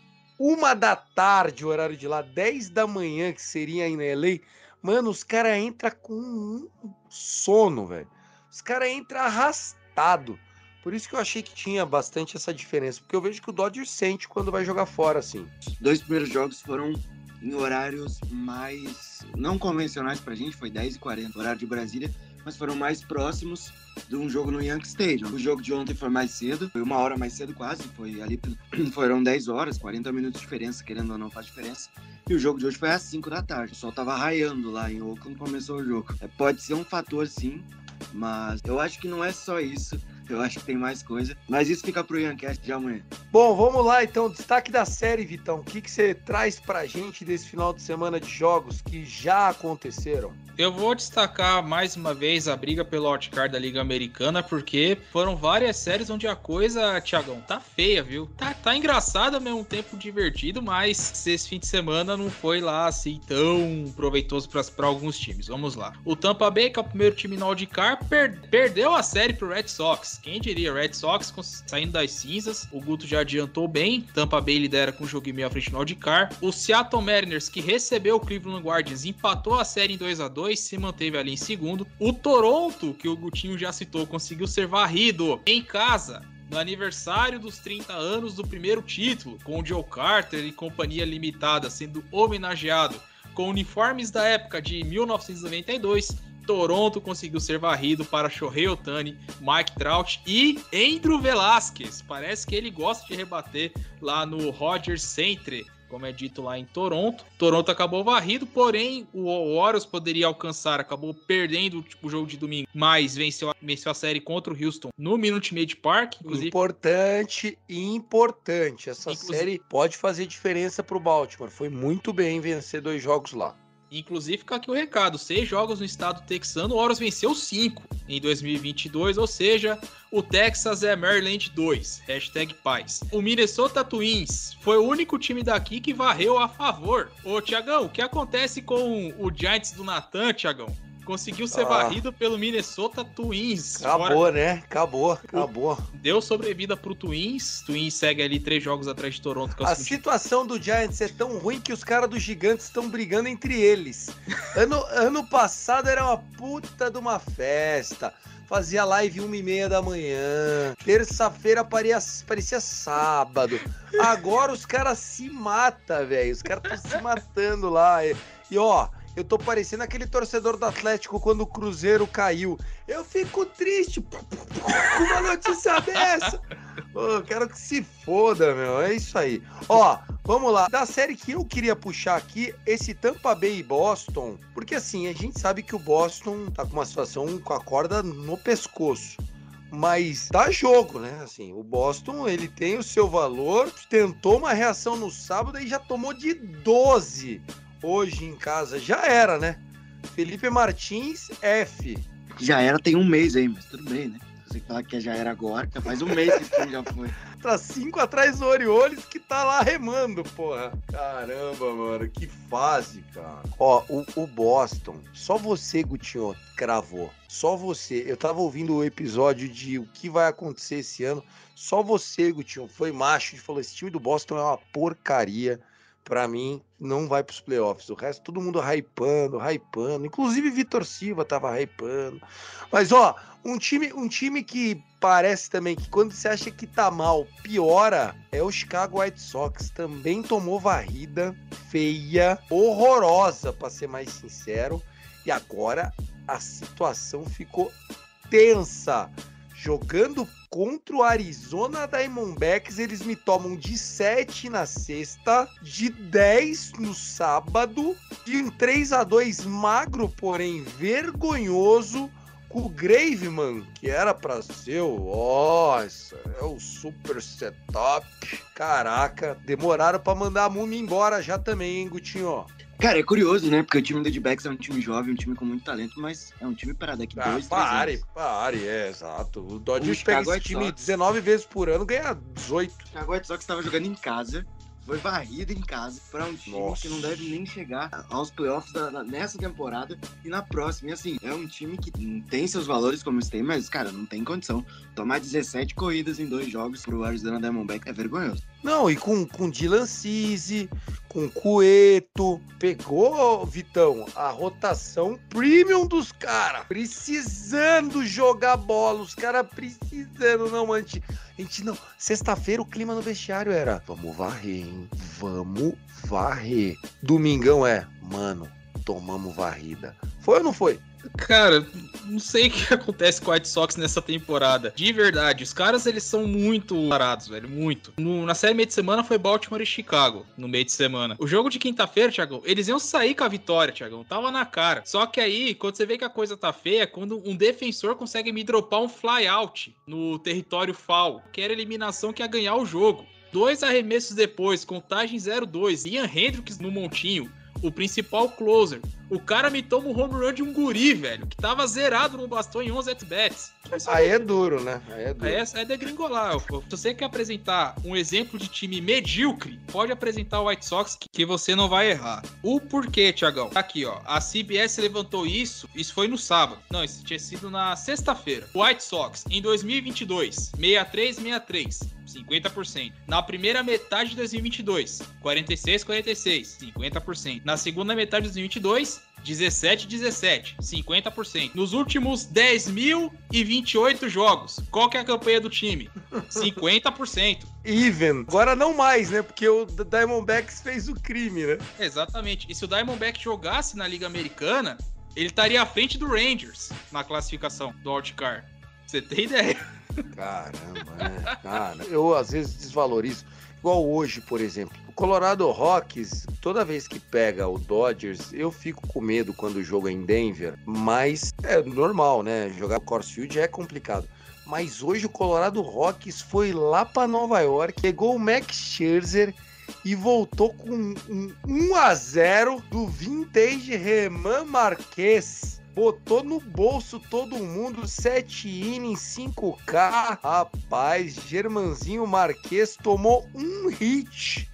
1h, o horário de lá, 10 da manhã, que seria aí na LA, mano, os caras entram com um sono, velho. Os caras entram arrastado. Por isso que eu achei que tinha bastante essa diferença, porque eu vejo que o Dodgers sente quando vai jogar fora, assim. Os 2 primeiros jogos foram em horários mais não convencionais pra gente, foi 10h40, horário de Brasília, mas foram mais próximos de um jogo no Yankee Stadium. O jogo de ontem foi mais cedo, foi 1 hora mais cedo quase, foi ali, foram 10 horas, 40 minutos de diferença, querendo ou não faz diferença. E o jogo de hoje foi às 5 da tarde, o sol tava raiando lá em Oakland quando começou o jogo. Pode ser um fator sim, mas eu acho que não é só isso. Eu acho que tem mais coisa, mas isso fica pro Yankcast de amanhã. Bom, vamos lá então, destaque da série, Vitão. O que você traz pra gente desse final de semana de jogos que já aconteceram? Eu vou destacar mais uma vez a briga pelo wildcard da Liga Americana, porque foram várias séries onde a coisa, Thiagão, tá feia, viu? Tá engraçado ao mesmo tempo divertido, mas esse fim de semana não foi lá assim tão proveitoso pra alguns times. Vamos lá. O Tampa Bay, que é o primeiro time no wildcard, perdeu a série pro Red Sox. Quem diria? Red Sox saindo das cinzas. O Guto já adiantou bem. Tampa Bay lidera com um jogo e meio à frente no wildcard. O Seattle Mariners, que recebeu o Cleveland Guardians, empatou a série em 2-2, se manteve ali em segundo. O Toronto, que o Gutinho já citou, conseguiu ser varrido em casa no aniversário dos 30 anos do primeiro título, com o Joe Carter e companhia limitada sendo homenageado com uniformes da época de 1992, Toronto conseguiu ser varrido para Shohei Ohtani, Mike Trout e Andrew Velasquez. Parece que ele gosta de rebater lá no Rogers Centre, como é dito lá em Toronto. Toronto acabou varrido, porém o Orioles poderia alcançar, acabou perdendo o jogo de domingo, mas venceu a série contra o Houston no Minute Maid Park. Inclusive, importante. Essa série pode fazer diferença para o Baltimore. Foi muito bem vencer 2 jogos lá. Inclusive, fica aqui o recado, 6 jogos no estado texano, o Orioles venceu 5 em 2022, ou seja, o Texas é Maryland 2, #paz. O Minnesota Twins foi o único time daqui que varreu a favor. Ô, Thiagão, o que acontece com o Giants do Natan, Thiagão? Conseguiu ser varrido pelo Minnesota Twins. Acabou, né? Acabou. Deu sobrevida pro Twins. Twins segue ali 3 jogos atrás de Toronto. A situação do Giants é tão ruim que os caras dos Gigantes estão brigando entre eles. Ano passado era uma puta de uma festa. Fazia live 1h30 da manhã. Terça-feira parecia sábado. Agora os caras se matam, velho. Os caras estão se matando lá. E ó... Eu tô parecendo aquele torcedor do Atlético quando o Cruzeiro caiu. Eu fico triste com uma notícia dessa. Ô, quero que se foda, meu. É isso aí. Ó, vamos lá. Da série que eu queria puxar aqui, esse Tampa Bay e Boston. Porque assim, a gente sabe que o Boston tá com uma situação com a corda no pescoço. Mas dá jogo, né? Assim, o Boston, ele tem o seu valor. Tentou uma reação no sábado e já tomou de 12. Hoje em casa, já era, né? Felipe Martins, F. Já era, tem um mês aí, mas tudo bem, né? Você fala que já era agora, que faz um mês que esse time já foi. Tá 5 atrás do Orioles que tá lá remando, porra. Caramba, mano, que fase, cara. Ó, o Boston, só você, Gutinho, cravou. Só você. Eu tava ouvindo o episódio de o que vai acontecer esse ano. Só você, Gutinho, foi macho e falou, esse time do Boston é uma porcaria. Pra mim, não vai pros playoffs. O resto, todo mundo hypando. Inclusive, Vitor Silva tava hypando. Mas, ó, um time que parece também que quando você acha que tá mal, piora, é o Chicago White Sox. Também tomou varrida feia, horrorosa, pra ser mais sincero. E agora, a situação ficou tensa. Jogando contra o Arizona Diamondbacks, eles me tomam de 7 na sexta, de 10 no sábado, de um 3-2 magro, porém vergonhoso, com o Graveman, que era pra ser isso é o super setup. Caraca, demoraram pra mandar a Múmia embora já também, hein, Gutinho? Cara, é curioso, né? Porque o time do D-Backs é um time jovem, um time com muito talento, mas é um time para daqui 2, 3 anos. Pare, exato. O Dodgers pega esse time 19 vezes por ano, ganha 18. O Chicago White Sox estava jogando em casa, foi varrido em casa para um time que não deve nem chegar aos playoffs nessa temporada e na próxima. E assim, é um time que tem seus valores como eles têm, mas, cara, não tem condição. Tomar 17 corridas em 2 jogos pro Arizona Diamondbacks é vergonhoso. Não, e com Dylan Cease, com Cueto, pegou, Vitão, a rotação premium dos caras, precisando jogar bola, os caras precisando, não, mano, a gente não, sexta-feira o clima no vestiário era, vamos varrer, hein, vamos varrer, domingão mano, tomamos varrida, foi ou não foi? Cara, não sei o que acontece com o White Sox nessa temporada. De verdade, os caras, eles são muito parados, velho, muito. Na série meio de semana foi Baltimore e Chicago, no meio de semana. O jogo de quinta-feira, Thiagão, eles iam sair com a vitória, Thiagão, tava na cara. Só que aí, quando você vê que a coisa tá feia, é quando um defensor consegue me dropar um fly-out no território foul, que era a eliminação que ia ganhar o jogo. 2 arremessos depois, contagem 0-2, Ian Hendricks no montinho, o principal closer. O cara me toma um home run de um guri, velho, que tava zerado no bastão em 11 at-bats. Aí é duro, né? Aí é degringolar. Se você quer apresentar um exemplo de time medíocre, pode apresentar o White Sox que você não vai errar. O porquê, Thiagão? Aqui, ó. A CBS levantou isso foi no sábado. Não, isso tinha sido na sexta-feira. O White Sox, em 2022, 63-63. 50%. Na primeira metade de 2022, 46-46, 50%. Na segunda metade de 2022, 17-17, 50%. Nos últimos 10.028 jogos, qual que é a campanha do time? 50%. Even. Agora não mais, né? Porque o Diamondbacks fez o crime, né? Exatamente. E se o Diamondback jogasse na Liga Americana, ele estaria à frente do Rangers na classificação do Wildcard. Você tem ideia? Caramba, né? Cara, eu às vezes desvalorizo. Igual hoje, por exemplo. O Colorado Rockies, toda vez que pega o Dodgers, eu fico com medo quando o jogo é em Denver. Mas é normal, né? Jogar no Coors Field é complicado. Mas hoje o Colorado Rockies foi lá para Nova York, pegou o Max Scherzer e voltou com um 1-0 do vintage Germán Márquez. Botou no bolso todo mundo, 7 innings, 5K. Rapaz, Germanzinho Márquez tomou um hit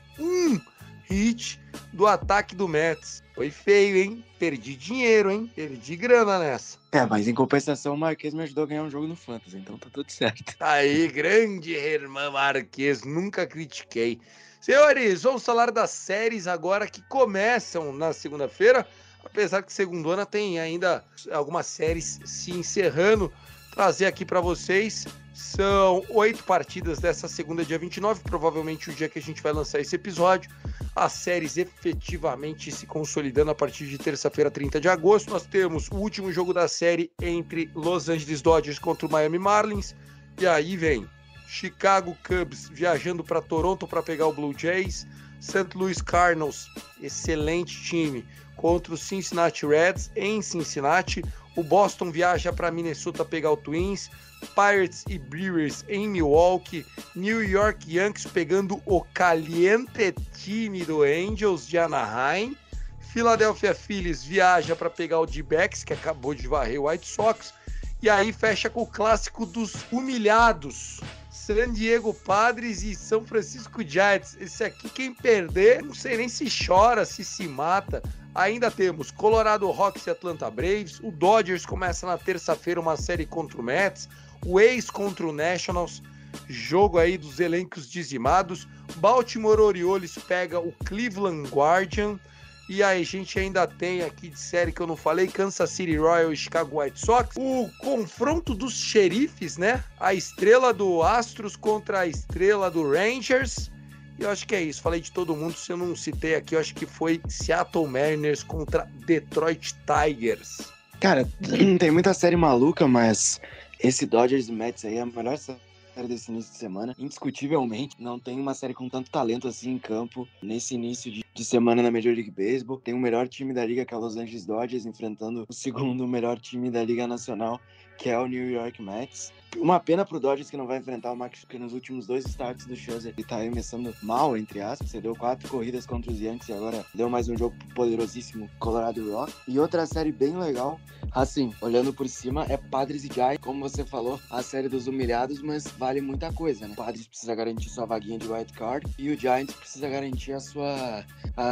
do ataque do Mets. Foi feio, hein? Perdi dinheiro, hein? Perdi grana nessa. Mas em compensação o Marquês me ajudou a ganhar um jogo no Fantasy, então tá tudo certo. Aí, grande Germán Márquez, nunca critiquei. Senhores, vamos falar das séries agora que começam na segunda-feira. Apesar que segundona tem ainda algumas séries se encerrando. Trazer aqui para vocês, são 8 partidas dessa segunda, dia 29, provavelmente o dia que a gente vai lançar esse episódio. As séries efetivamente se consolidando a partir de terça-feira, 30 de agosto. Nós temos o último jogo da série entre Los Angeles Dodgers contra o Miami Marlins. E aí vem Chicago Cubs viajando para Toronto para pegar o Blue Jays. St. Louis Cardinals, excelente time, contra o Cincinnati Reds em Cincinnati. O Boston viaja para Minnesota pegar o Twins. Pirates e Brewers em Milwaukee. New York Yankees pegando o caliente time do Angels de Anaheim. Philadelphia Phillies viaja para pegar o D-backs, que acabou de varrer o White Sox. E aí fecha com o clássico dos humilhados, San Diego Padres e São Francisco Giants. Esse aqui, quem perder, não sei nem se chora, se mata. Ainda temos Colorado Rockies e Atlanta Braves. O Dodgers começa na terça-feira uma série contra o Mets. O A's contra o Nationals. Jogo aí dos elencos dizimados. Baltimore Orioles pega o Cleveland Guardian. E aí a gente ainda tem aqui de série que eu não falei, Kansas City Royals e Chicago White Sox. O confronto dos xerifes, né? A estrela do Astros contra a estrela do Rangers. E eu acho que é isso. Falei de todo mundo, se eu não citei aqui, eu acho que foi Seattle Mariners contra Detroit Tigers. Cara, tem muita série maluca, mas esse Dodgers e Mets aí é a melhor série desse início de semana, indiscutivelmente. Não tem uma série com tanto talento assim em campo nesse início de semana na Major League Baseball. Tem o melhor time da liga, que é o Los Angeles Dodgers, enfrentando o segundo melhor time da Liga Nacional, que é o New York Mets. Uma pena pro Dodgers que não vai enfrentar o Max, porque nos últimos 2 starts do Scherzer ele tá arremessando mal, entre aspas. Você deu 4 corridas contra os Yankees e agora deu mais um jogo pro poderosíssimo Colorado Rockies. E outra série bem legal, assim, olhando por cima, é Padres e Giants. Como você falou, a série dos humilhados, mas vale muita coisa, né? O Padres precisa garantir sua vaguinha de wild card e o Giants precisa garantir a sua...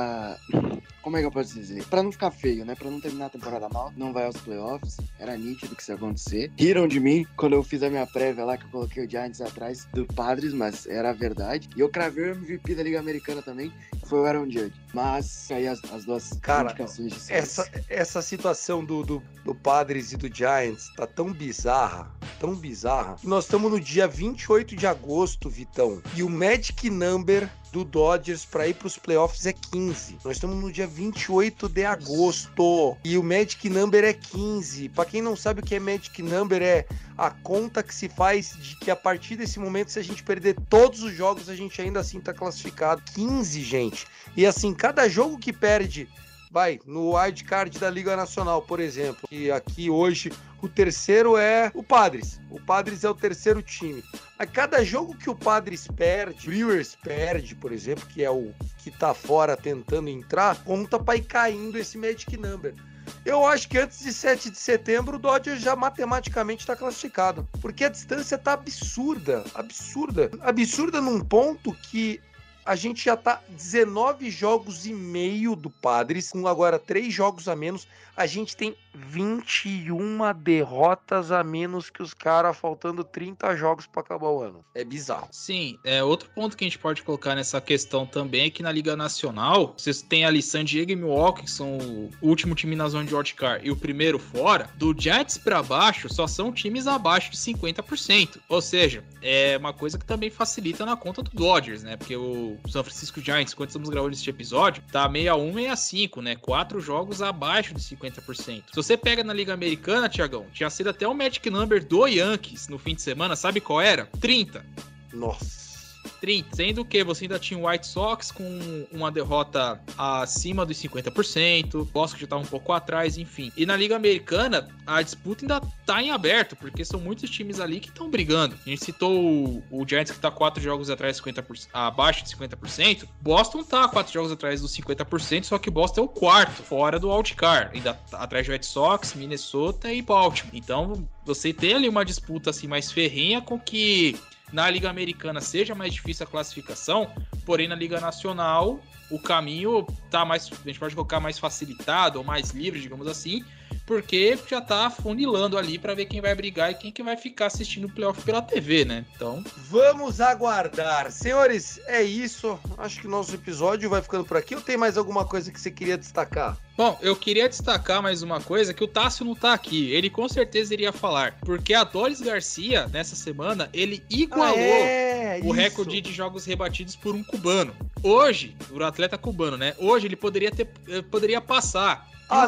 Como é que eu posso dizer? Pra não ficar feio, né? Pra não terminar a temporada mal, não vai aos playoffs. Era nítido que isso ia acontecer. Riram de mim quando eu fiz a minha prévia lá, que eu coloquei o Giants atrás do Padres, mas era a verdade. E eu cravei o MVP da Liga Americana também, que foi o Aaron Judge. Mas aí as duas indicações de essa situação do Padres e do Giants tá tão bizarra, que nós estamos no dia 28 de agosto, Vitão, e o Magic Number do Dodgers para ir para os playoffs é 15. Nós estamos no dia 28 de agosto e o Magic Number é 15. Para quem não sabe o que é Magic Number, é a conta que se faz de que a partir desse momento, se a gente perder todos os jogos, a gente ainda assim tá classificado. 15, gente. E assim, cada jogo que perde, vai, no wild card da Liga Nacional, por exemplo, que aqui hoje o terceiro é o Padres. O Padres é o terceiro time. A cada jogo que o Padres perde, Brewers perde, por exemplo, que é o que tá fora tentando entrar, conta para ir caindo esse Magic Number. Eu acho que antes de 7 de setembro o Dodgers já matematicamente está classificado, porque a distância tá absurda num ponto que a gente já tá 19 jogos e meio do Padres, com agora 3 jogos a menos. A gente tem 21 derrotas a menos que os caras, faltando 30 jogos para acabar o ano. É bizarro. Sim, outro ponto que a gente pode colocar nessa questão também é que na Liga Nacional, vocês têm ali San Diego e Milwaukee, que são o último time na zona de wildcard, e o primeiro fora. Do Jets para baixo, só são times abaixo de 50%. Ou seja, é uma coisa que também facilita na conta do Dodgers, né? Porque o San Francisco Giants, quando estamos gravando este episódio, tá 61, 65, né? 4 jogos abaixo de 50%. Se você pega na Liga Americana, Thiagão, tinha sido até o Magic Number do Yankees no fim de semana, sabe qual era? 30. Nossa. 30, sendo que você ainda tinha o White Sox com uma derrota acima dos 50%, Boston já estava um pouco atrás, enfim. E na Liga Americana, a disputa ainda tá em aberto, porque são muitos times ali que estão brigando. A gente citou o Giants, que tá 4 jogos atrás, 50%, abaixo de 50%. Boston tá 4 jogos atrás dos 50%, só que Boston é o quarto, fora do wildcard, ainda tá atrás do White Sox, Minnesota e Baltimore. Então, você tem ali uma disputa assim mais ferrenha, com que na Liga Americana seja mais difícil a classificação, porém na Liga Nacional o caminho tá mais, a gente pode colocar mais facilitado ou mais livre, digamos assim, porque já tá funilando ali para ver quem vai brigar e quem que vai ficar assistindo o playoff pela TV, né? Então, vamos aguardar. Senhores, é isso. Acho que o nosso episódio vai ficando por aqui. Ou tem mais alguma coisa que você queria destacar? Bom, eu queria destacar mais uma coisa, que o Tássio não tá aqui. Ele com certeza iria falar, porque Adolis Garcia, nessa semana, ele igualou o recorde de jogos rebatidos por um cubano. Hoje, o atleta cubano, né? Hoje ele poderia passar.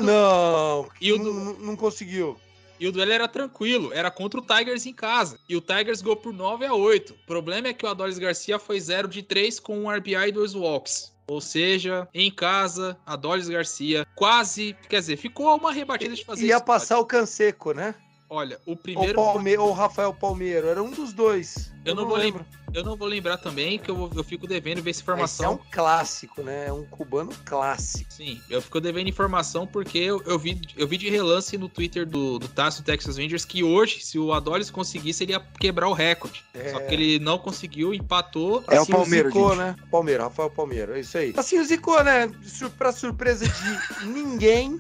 Não! E não conseguiu. E o duelo era tranquilo, era contra o Tigers em casa. E o Tigers ganhou por 9-8. O problema é que o Adolis Garcia foi 0 de 3 com um RBI e 2 walks. Ou seja, em casa, Adolis Garcia quase, quer dizer, ficou a uma rebatida de fazer isso. Ia passar o Canseco, né? Olha, o primeiro... Ou o Rafael Palmeiro, era um dos dois. Eu não vou lembrar também, que eu fico devendo ver essa informação. Esse é um clássico, né? É um cubano clássico. Sim, eu fico devendo informação porque eu vi de relance no Twitter do Tássio Texas Rangers que hoje, se o Adolis conseguisse, ele ia quebrar o recorde. Só que ele não conseguiu, empatou. É assim o Palmeiro, zicou, gente. Né? Palmeiro, Rafael Palmeiro, é isso aí. Assim o zicou, né? Pra surpresa de ninguém,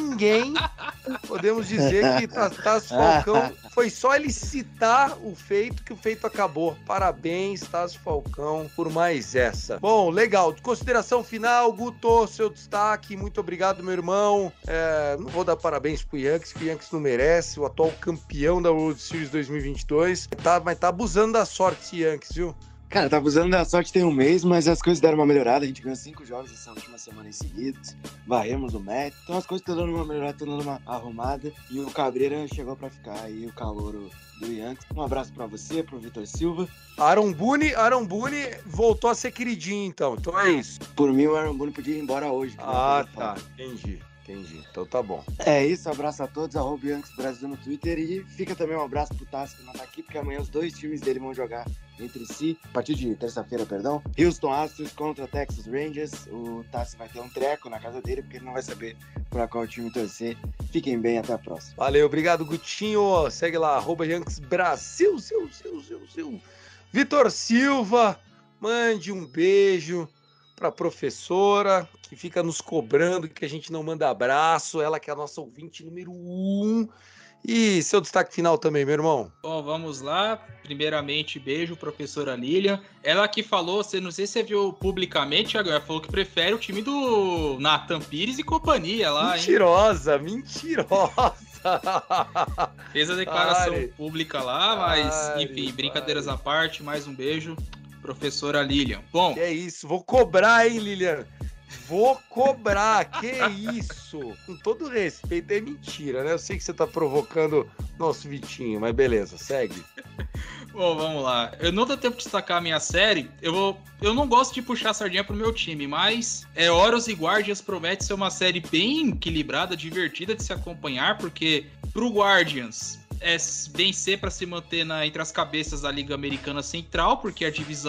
podemos dizer que Tássio Falcão, foi só ele citar o feito que o feito acabou. Parabéns, Tássio Falcão, por mais essa. Bom, legal. Consideração final, Guto, seu destaque. Muito obrigado, meu irmão. Não vou dar parabéns pro Yankees, que o Yankees não merece. O atual campeão da World Series 2022. Mas tá abusando da sorte esse Yankees, viu? Cara, tá abusando da sorte tem um mês, mas as coisas deram uma melhorada. A gente ganhou 5 jogos essa última semana em seguida. Varremos o Met. Então as coisas estão dando uma melhorada, estão dando uma arrumada. E o Cabreira chegou pra ficar aí, o calouro do Yankees. Um abraço pra você, pro Vitor Silva. Aaron Boone voltou a ser queridinho, então. Então é isso. Por mim, o Aaron Boone podia ir embora hoje. Tá. Entendi. Então tá bom. É isso, abraço a todos, @Yankees Brasil no Twitter, e fica também um abraço pro Tássio que não tá aqui, porque amanhã os dois times dele vão jogar entre si, a partir de terça-feira, perdão, Houston Astros contra Texas Rangers. O Tássio vai ter um treco na casa dele, porque ele não vai saber pra qual time torcer. Fiquem bem, até a próxima. Valeu, obrigado, Gutinho. Segue lá, @Yankees Brasil. Vitor Silva, mande um beijo pra professora que fica nos cobrando que a gente não manda abraço, ela que é a nossa ouvinte número 1. E seu destaque final também, meu irmão. Bom, vamos lá. Primeiramente, beijo, professora Lilian. Ela que falou, não sei se você viu publicamente, agora falou que prefere o time do Nathan Pires e companhia lá, Mentirosa. Fez a declaração pública lá, mas, enfim, brincadeiras à parte, mais um beijo, professora Lilian. Bom, que é isso, vou cobrar, hein, Lilian? Vou cobrar, que isso? Com todo respeito, é mentira, né? Eu sei que você tá provocando nosso Vitinho, mas beleza, segue. Bom, vamos lá. Eu não dou tempo de destacar a minha série. Eu não gosto de puxar a sardinha pro meu time, mas Orioles e Guardians promete ser uma série bem equilibrada, divertida de se acompanhar, porque pro Guardians vencer para se manter entre as cabeças da Liga Americana Central, porque a divisão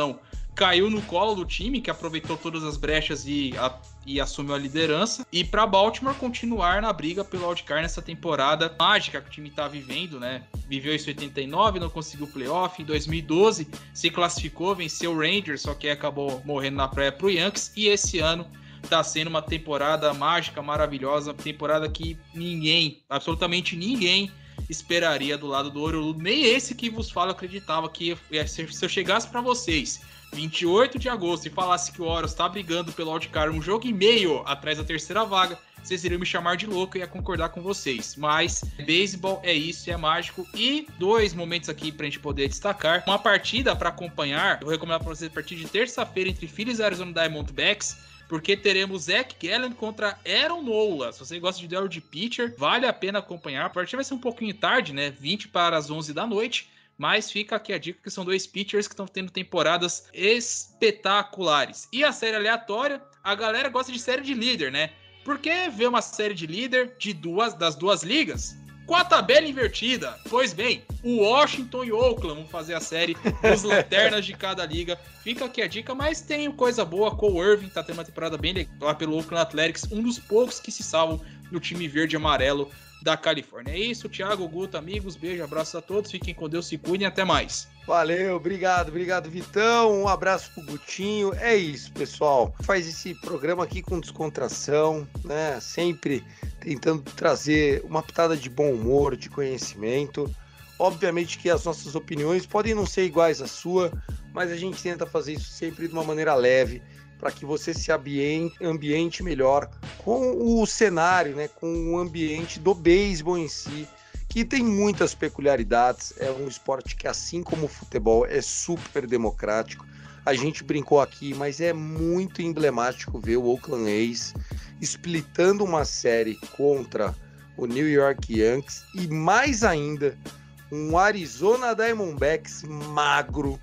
caiu no colo do time, que aproveitou todas as brechas e assumiu a liderança. E para Baltimore continuar na briga pelo wildcard nessa temporada mágica que o time tá vivendo, né? Viveu isso em 89, não conseguiu playoff. Em 2012 se classificou, venceu o Rangers, só que acabou morrendo na praia pro Yankees. E esse ano tá sendo uma temporada mágica, maravilhosa, temporada que ninguém, absolutamente ninguém, esperaria do lado do Ouro. Nem esse que vos falo acreditava que se eu chegasse para vocês 28 de agosto e falasse que o Orioles tá brigando pelo wildcard 1 jogo e meio atrás da terceira vaga, vocês iriam me chamar de louco e ia concordar com vocês. Mas beisebol é isso, é mágico. E 2 momentos aqui pra gente poder destacar. Uma partida para acompanhar, eu vou recomendar para vocês a partir de terça-feira entre Phillies e Arizona Diamondbacks, porque teremos Zach Gallen contra Aaron Nola. Se você gosta de duelo de pitcher, vale a pena acompanhar. A partida vai ser um pouquinho tarde, né? 20 para as 11 da noite. Mas fica aqui a dica que são 2 pitchers que estão tendo temporadas espetaculares. E a série aleatória, a galera gosta de série de líder, né? Por que ver uma série de líder das duas ligas com a tabela invertida? Pois bem, o Washington e o Oakland vão fazer a série dos lanternas de cada liga. Fica aqui a dica, mas tem coisa boa. Cole Irvin tá tendo uma temporada bem legal lá pelo Oakland Athletics, um dos poucos que se salvam no time verde e amarelo da Califórnia. É isso, Thiago, Guto, amigos, beijo, abraço a todos, fiquem com Deus, se cuidem, até mais. Valeu, obrigado Vitão, um abraço pro Gutinho, é isso, pessoal, faz esse programa aqui com descontração, né, sempre tentando trazer uma pitada de bom humor, de conhecimento. Obviamente que as nossas opiniões podem não ser iguais à sua, mas a gente tenta fazer isso sempre de uma maneira leve, para que você se ambiente melhor com o cenário, né, com o ambiente do beisebol em si, que tem muitas peculiaridades. É um esporte que, assim como o futebol, é super democrático. A gente brincou aqui, mas é muito emblemático ver o Oakland A's splitando uma série contra o New York Yankees e, mais ainda, um Arizona Diamondbacks magro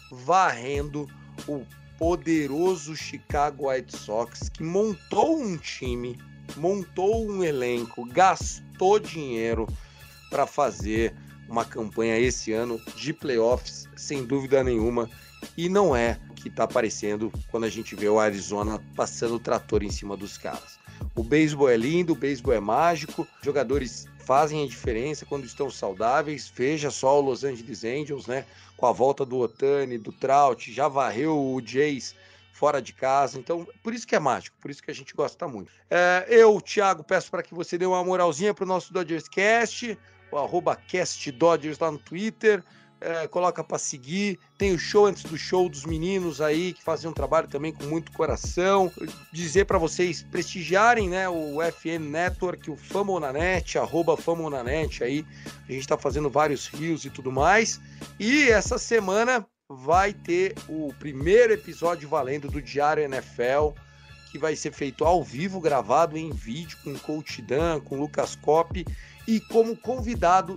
varrendo o poderoso Chicago White Sox, que montou um time, montou um elenco, gastou dinheiro para fazer uma campanha esse ano de playoffs, sem dúvida nenhuma, e não é o que está aparecendo quando a gente vê o Arizona passando o trator em cima dos caras. O beisebol é lindo, o beisebol é mágico, jogadores fazem a diferença quando estão saudáveis. Veja só o Los Angeles Angels, né? Com a volta do Ohtani, do Trout, já varreu o Jays fora de casa. Então, por isso que é mágico, por isso que a gente gosta muito. Eu, Thiago, peço para que você dê uma moralzinha para o nosso Dodgers Cast, o @CastDodgers lá no Twitter. Coloca para seguir, tem o show antes do show dos meninos aí, que fazem um trabalho também com muito coração. Dizer para vocês prestigiarem, né, o FN Network, o Famonanet, @Famonanet aí, a gente tá fazendo vários rios e tudo mais, e essa semana vai ter o primeiro episódio valendo do Diário NFL, que vai ser feito ao vivo, gravado em vídeo, com o Coach Dan, com o Lucas Coppi, e como convidado,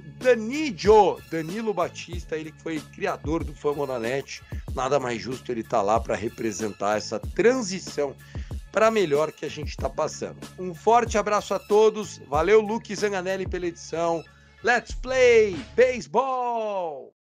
Danilo Batista, ele que foi criador do Famonanet. Nada mais justo ele estar lá para representar essa transição para melhor que a gente está passando. Um forte abraço a todos, valeu Luque Zanganelli pela edição, let's play baseball!